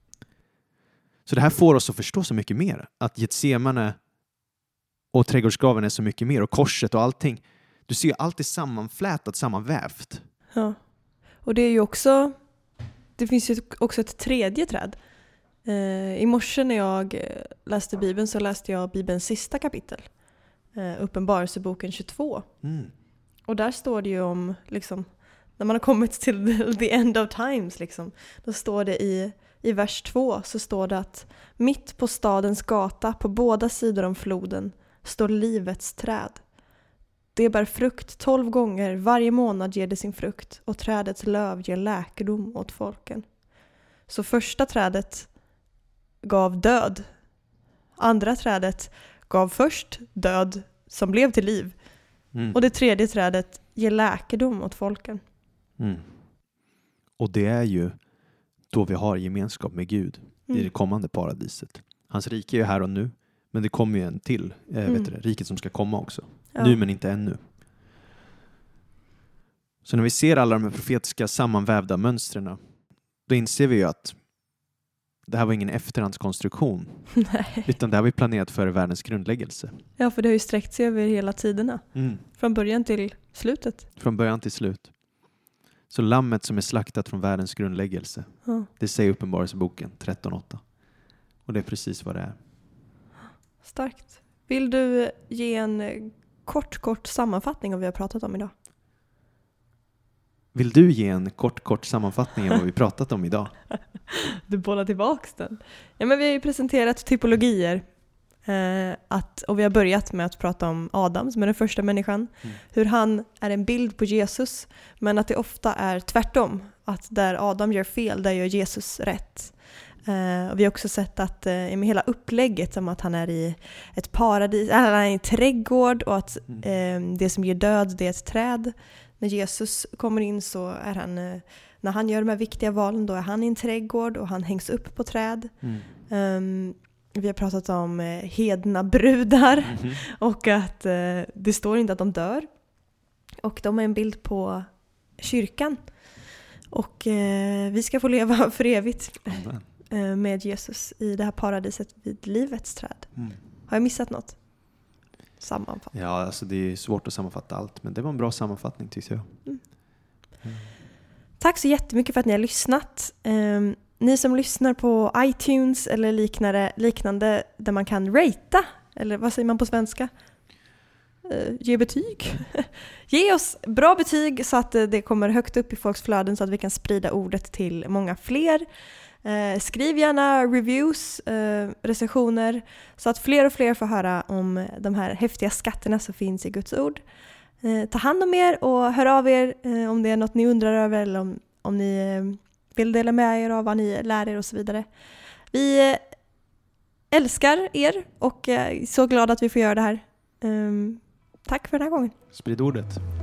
Så det här får oss att förstå så mycket mer. Att Getsemane och trädgårdsgraven är så mycket mer. Och korset och allting. Du ser allt är sammanflätat, sammanvävt. Ja. Och det är ju också, det finns ju också ett tredje träd. Eh, I morse när jag läste Bibeln så läste jag Bibelns sista kapitel. Eh, Uppenbarelseboken tjugotvå. Mm. Och där står det ju om, liksom, när man har kommit till the end of times, liksom, då står det i, i vers två så står det att mitt på stadens gata på båda sidor om floden står livets träd. Det bär frukt tolv gånger, varje månad ger det sin frukt och trädets löv ger läkedom åt folken. Så första trädet gav död. Andra trädet gav först död som blev till liv. Mm. Och det tredje trädet ger läkedom åt folken. Mm. Och det är ju då vi har gemenskap med Gud mm. i det kommande paradiset. Hans rike är ju här och nu, men det kommer ju en till, eh, mm. vet du det, riket som ska komma också. Ja. Nu men inte ännu. Så när vi ser alla de här profetiska sammanvävda mönstren, då inser vi ju att det här var ingen efterhandskonstruktion. Nej. Utan det har vi planerat för världens grundläggelse. Ja, för det har ju sträckt sig över hela tiderna. Mm. Från början till slutet. Från början till slut. Så lammet som är slaktat från världens grundläggelse. Ja. Det säger Uppenbarelseboken tretton åtta. Och det är precis vad det är. Starkt. Vill du ge en kort, kort sammanfattning av vad vi har pratat om idag? Vill du ge en kort, kort sammanfattning av vad vi pratat om idag? Du bollar tillbaks den. Ja, men vi har ju presenterat typologier. Eh, att, och vi har börjat med att prata om Adam som är den första människan. Mm. Hur han är en bild på Jesus. Men att det ofta är tvärtom. Att där Adam gör fel, där gör Jesus rätt. Uh, och vi har också sett att uh, med hela upplägget som att han är i ett paradis, eller han är i en trädgård och att uh, det som ger död det är ett träd. När Jesus kommer in så är han, uh, när han gör de här viktiga valen då är han i en trädgård och han hängs upp på träd. Mm. Um, vi har pratat om uh, hedna brudar mm-hmm. och att uh, det står inte att de dör. Och de är en bild på kyrkan. Och uh, vi ska få leva för evigt. Amen. Med Jesus i det här paradiset vid livets träd. Mm. Har jag missat något? Sammanfattning. Ja, alltså det är svårt att sammanfatta allt, men det var en bra sammanfattning tycker jag. Mm. Mm. Tack så jättemycket för att ni har lyssnat. Um, ni som lyssnar på iTunes eller liknande, liknande där man kan ratea, eller vad säger man på svenska? Uh, ge betyg. Ge oss bra betyg så att det kommer högt upp i folks flöden så att vi kan sprida ordet till många fler. Eh, skriv gärna reviews, eh, recensioner så att fler och fler får höra om de här häftiga skatterna som finns i Guds ord. Eh, ta hand om er och hör av er eh, om det är något ni undrar över eller om, om ni eh, vill dela med er av vad ni lär er och så vidare. Vi eh, älskar er och är eh, så glada att vi får göra det här. Eh, tack för den här gången. Sprid ordet.